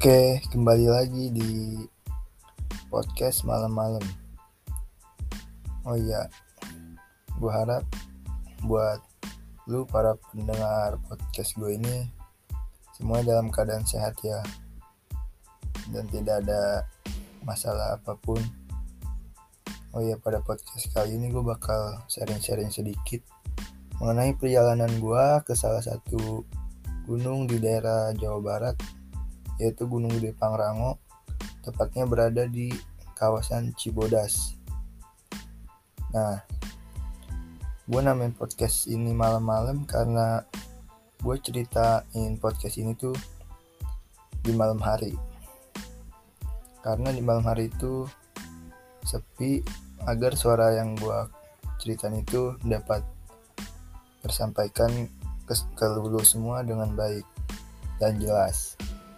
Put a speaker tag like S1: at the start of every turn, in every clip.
S1: Oke, kembali lagi di podcast malam-malam. Oh iya, gue harap buat lu para pendengar podcast gue ini semuanya dalam keadaan sehat ya, dan tidak ada masalah apapun. Oh iya, pada podcast kali ini gue bakal sharing-sharing sedikit mengenai perjalanan gue ke salah satu gunung di daerah Jawa Barat, yaitu Gunung Gede Pangrango, tepatnya berada di kawasan Cibodas. Nah, gue namain podcast ini malam-malam karena gue ceritain podcast ini tuh di malam hari. Karena di malam hari itu sepi, agar suara yang gue ceritain itu dapat tersampaikan ke lu semua dengan baik dan jelas.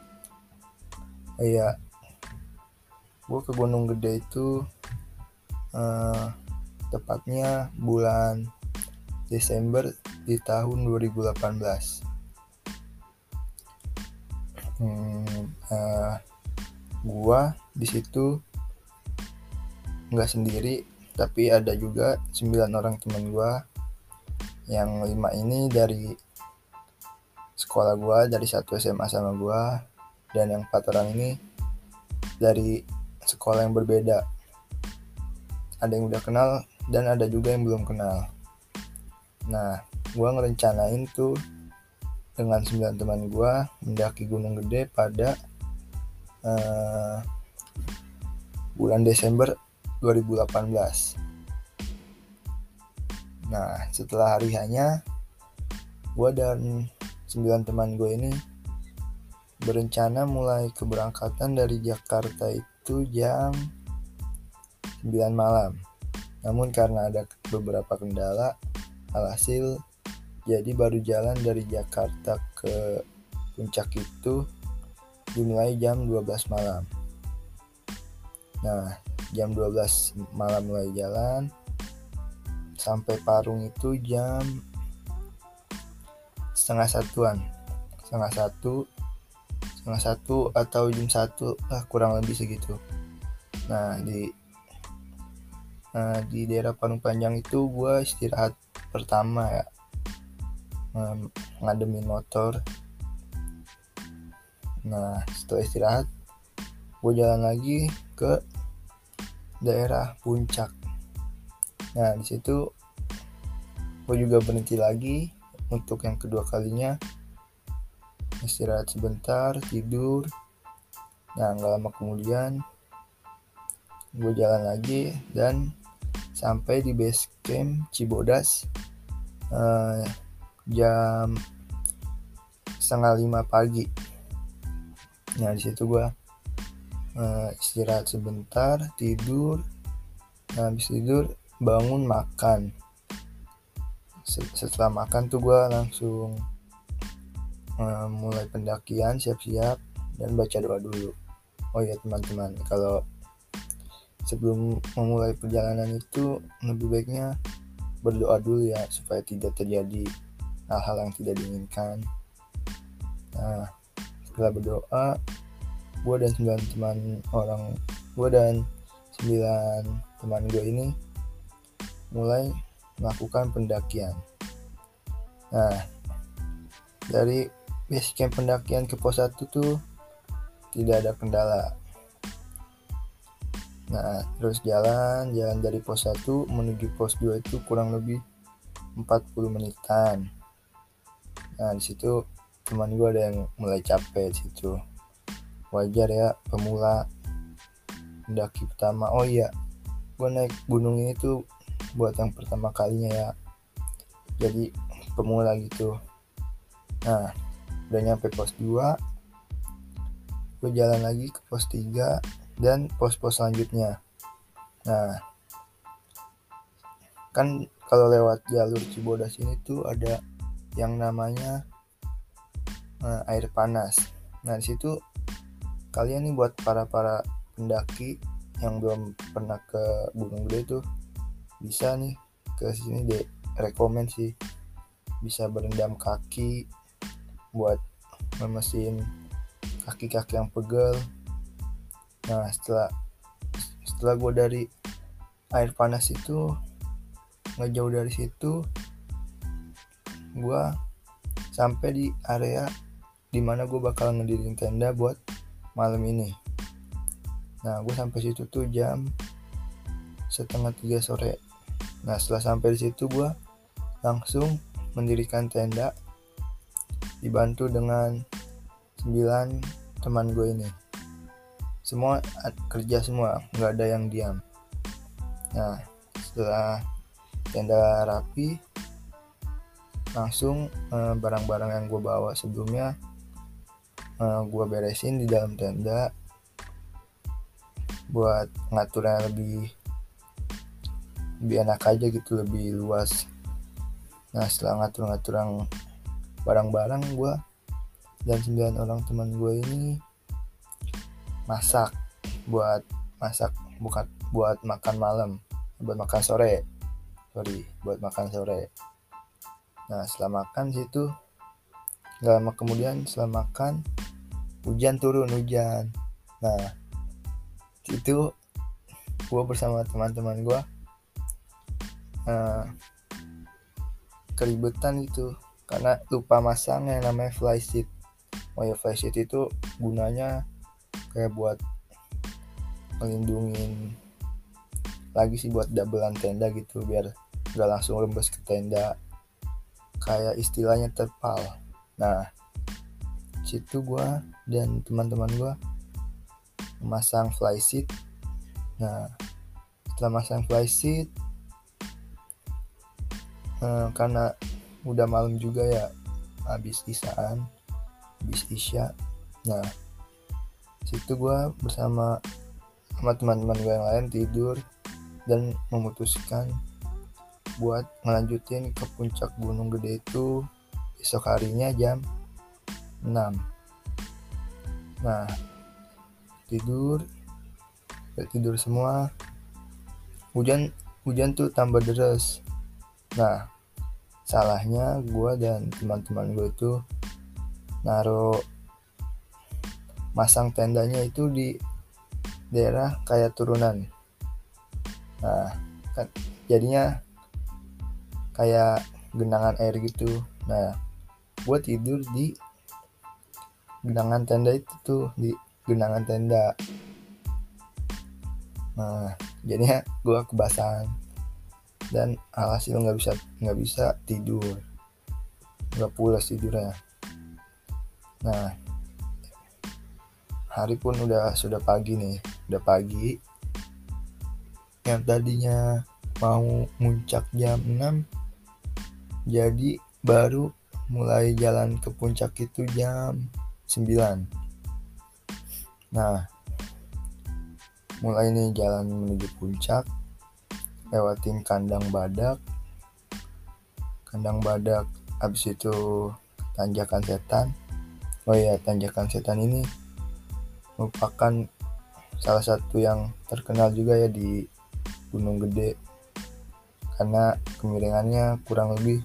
S1: Iya, gue ke Gunung Gede itu tepatnya bulan Desember di tahun 2018. Gua di situ nggak sendiri, tapi ada juga 9 orang teman gua, yang 5 ini dari sekolah gua, dari satu SMA sama gua, dan yang 4 orang ini dari sekolah yang berbeda. Ada yang udah kenal dan ada juga yang belum kenal. Nah, gua ngerencanain tuh dengan 9 teman gua mendaki Gunung Gede pada bulan Desember 2018. Nah, setelah hari hanya, gue dan 9 teman gue ini berencana mulai keberangkatan dari Jakarta itu jam 9 malam. Namun karena ada beberapa kendala, alhasil jadi baru jalan dari Jakarta ke puncak itu dimulai jam 12 malam. Nah, jam 12 malam mulai jalan, sampai Parung itu jam setengah satu atau jam 1 lah, kurang lebih segitu. Nah, di daerah Parung Panjang itu gue istirahat pertama ya, ngademin motor. Nah, setelah istirahat gue jalan lagi ke daerah puncak. Nah, di situ gue juga berhenti lagi untuk yang kedua kalinya, istirahat sebentar, tidur. Nah, gak lama kemudian gue jalan lagi dan sampai di base camp Cibodas jam 4:30 pagi. Nah, di situ gue istirahat sebentar, tidur. Nah, habis tidur bangun makan. Setelah makan tuh gue langsung mulai pendakian, siap-siap dan baca doa dulu. Oh ya teman-teman, kalau sebelum memulai perjalanan itu lebih baiknya berdoa dulu ya, supaya tidak terjadi hal-hal yang tidak diinginkan. Nah, setelah berdoa, gue dan 9 teman gue ini mulai melakukan pendakian. Nah, dari base camp pendakian ke pos 1 tuh tidak ada kendala. Nah, terus jalan dari pos 1 menuju pos 2 itu kurang lebih 40 menitan. Nah, di situ teman gue ada yang mulai capek di situ. Wajar ya, pemula pendaki pertama. Oh iya, gue naik gunung ini tuh buat yang pertama kalinya ya, jadi pemula gitu. Nah, udah nyampe pos 2, gue jalan lagi ke pos 3 dan pos-pos selanjutnya. Nah, kan kalau lewat jalur Cibodas ini tuh ada yang namanya air panas. Nah, di situ kalian nih, buat para pendaki yang belum pernah ke Gunung Gede tuh bisa nih ke sini deh, rekomen sih. Bisa berendam kaki buat memesin kaki-kaki yang pegel. Nah setelah gue dari air panas itu, nggak jauh dari situ gue sampai di area dimana gue bakal ngedirin tenda buat malam ini. Nah gue sampai situ tuh jam 2:30 sore. Nah setelah sampai di situ gue langsung mendirikan tenda dibantu dengan 9 teman gue ini. Semua kerja semua, nggak ada yang diam. Nah setelah tenda rapi, langsung barang-barang yang gue bawa sebelumnya gue beresin di dalam tenda buat ngaturnya lebih enak aja gitu, lebih luas. Nah setelah ngatur-ngatur yang barang-barang, gue dan 9 orang teman gue ini buat makan malam, buat makan sore. Nah setelah makan situ, gak lama kemudian setelah makan hujan turun. Nah itu gue bersama teman-teman gue keribetan gitu karena lupa masang yang namanya flysheet. Flysheet itu gunanya kayak buat melindungin lagi sih, buat doublean tenda gitu biar gak langsung rembes ke tenda, kayak istilahnya terpal. Nah situ gue dan teman-teman gue memasang flysheet. Nah setelah masang flysheet, karena udah malam juga ya, habis isya. Nah situ gue bersama teman-teman gue yang lain tidur dan memutuskan buat ngelanjutin ke puncak Gunung Gede itu besok harinya jam 6. Nah tidur semua. Hujan tuh tambah deras. Nah salahnya gue dan teman-teman gue itu masang tendanya itu di daerah kayak turunan. Nah kan jadinya kayak genangan air gitu. Nah gue tidur di genangan tenda itu tuh, di genangan tenda. Nah jadinya gue kebasahan dan alhasil nggak bisa tidur, nggak pulas tidurnya. Nah hari pun sudah pagi. Yang tadinya mau muncak jam 6, jadi baru mulai jalan ke puncak itu jam 9. Nah mulai nih jalan menuju puncak, lewatin kandang badak, habis itu tanjakan setan. Tanjakan setan ini merupakan salah satu yang terkenal juga ya di Gunung Gede, karena kemiringannya kurang lebih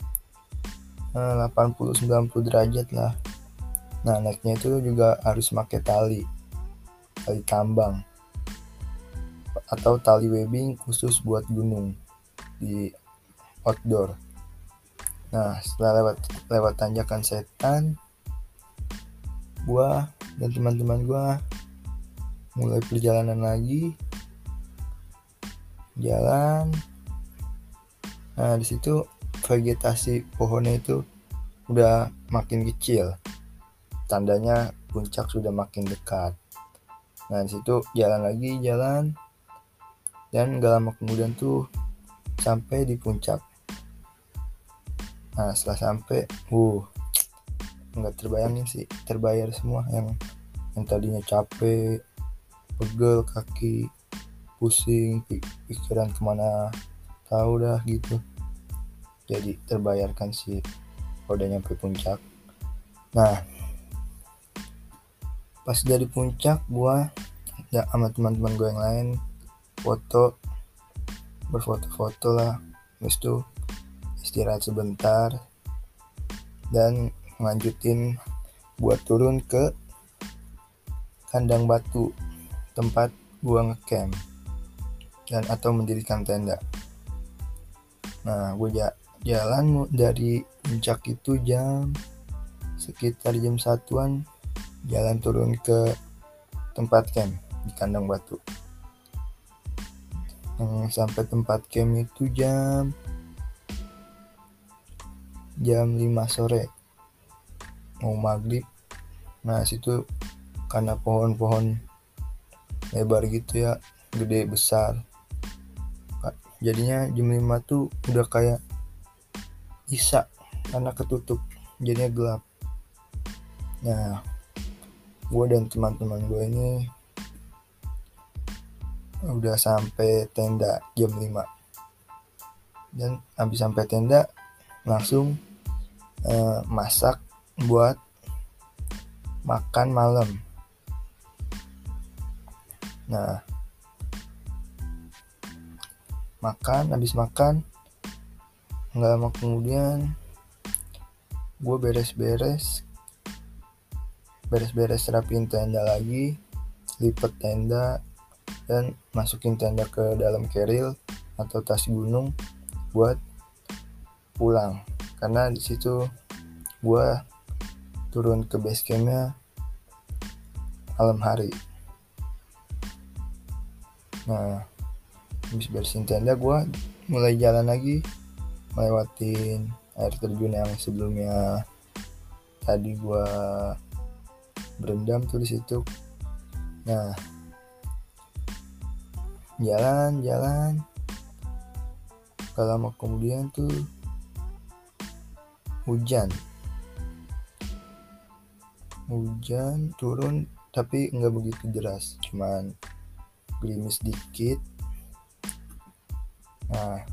S1: 80-90 derajat lah. Nah naiknya itu juga harus pakai tali tambang atau tali webbing khusus buat gunung di outdoor. Nah setelah lewat tanjakan setan, gua dan teman-teman gua mulai perjalanan lagi, jalan. Nah di situ vegetasi pohonnya itu udah makin kecil, tandanya puncak sudah makin dekat. Nah di situ jalan dan gak lama kemudian tuh sampai di puncak. Nah setelah sampai nggak terbayar semua yang tadinya capek, pegel kaki, pusing, pikiran kemana tahu dah gitu, jadi terbayarkan sih udah nyampe puncak. Nah pas dari puncak gua ya sama teman-teman gue yang lain berfoto lah, habis itu istirahat sebentar dan lanjutin buat turun ke kandang batu tempat gua ngecamp dan atau mendirikan tenda. Nah, gua jalan dari puncak itu sekitar jam 1-an, jalan turun ke tempat camp di kandang batu. Sampai tempat camp itu jam 5 sore, mau maghrib. Nah, situ karena pohon-pohon lebar gitu ya, gede besar, jadinya jam 5 tuh udah kayak isya karena ketutup, jadinya gelap. Nah, gue dan teman-teman gue ini udah sampai tenda jam 5, dan habis sampai tenda langsung masak buat makan malam. Nah, habis makan nggak lama kemudian gue beres-beres rapiin tenda lagi, lipet tenda dan masukin tenda ke dalam keril atau tas gunung buat pulang, karena di situ gue turun ke base campnya malam hari. Nah, habis bersihin tenda gue mulai jalan lagi, melewatin air terjun yang sebelumnya tadi gue berendam tuh di situ. Nah, jalan gak lama kemudian tuh hujan turun, tapi nggak begitu deras, cuman gerimis dikit. Nah,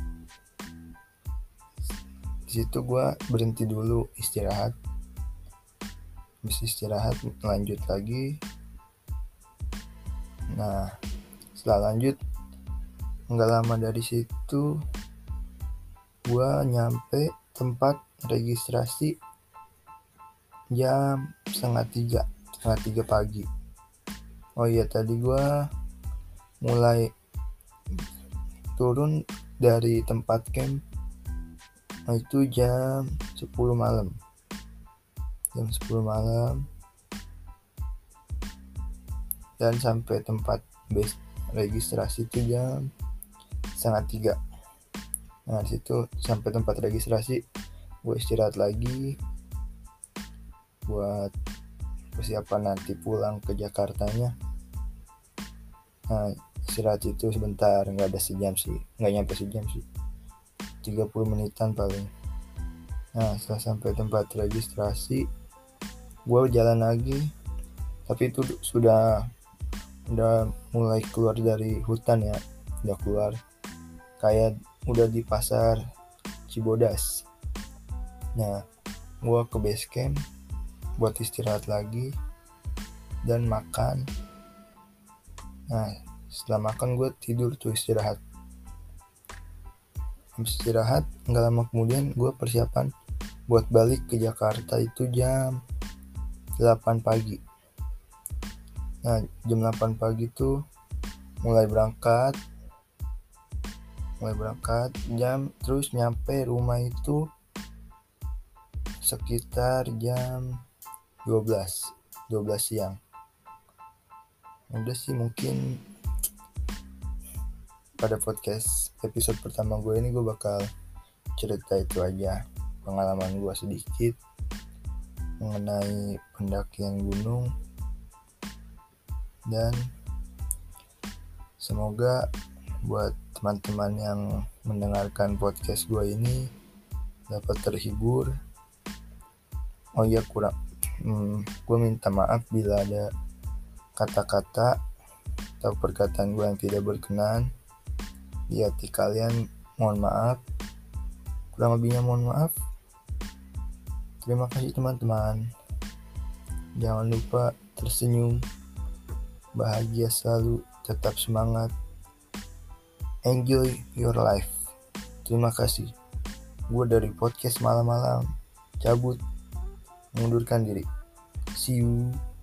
S1: di situ gue berhenti dulu istirahat. Habis istirahat lanjut lagi. Nah, setelah lanjut nggak lama dari situ gue nyampe tempat registrasi jam setengah tiga pagi. Oh iya, tadi gue mulai turun dari tempat camp itu jam 10 malam. Dan sampai tempat base registrasi itu jam setengah 3. Nah, disitu sampai tempat registrasi gue istirahat lagi buat persiapan nanti pulang ke Jakartanya. Nah, istirahat itu sebentar, nggak nyampe sejam sih, 30 menitan paling. Nah, setelah sampai tempat registrasi gue jalan lagi, tapi itu udah mulai keluar dari hutan ya, udah keluar kayak udah di pasar Cibodas. Nah, gue ke base camp buat istirahat lagi dan makan. Nah, setelah makan gue tidur tuh, istirahat. Habis istirahat nggak lama kemudian gue persiapan buat balik ke Jakarta itu jam 8 pagi. Nah, jam 8 pagi tuh mulai berangkat terus nyampe rumah itu sekitar jam 12 siang. Udah sih, mungkin pada podcast episode pertama gue ini gue bakal cerita itu aja, pengalaman gue sedikit mengenai pendakian gunung. Dan semoga buat teman-teman yang mendengarkan podcast gue ini dapat terhibur. Oh iya, gue minta maaf bila ada kata-kata atau perkataan gue yang tidak berkenan di hati kalian. Mohon maaf, kurang lebihnya mohon maaf. Terima kasih teman-teman. Jangan lupa tersenyum, bahagia selalu, tetap semangat, enjoy your life. Terima kasih. Gue dari podcast malam-malam cabut, mengundurkan diri. See you.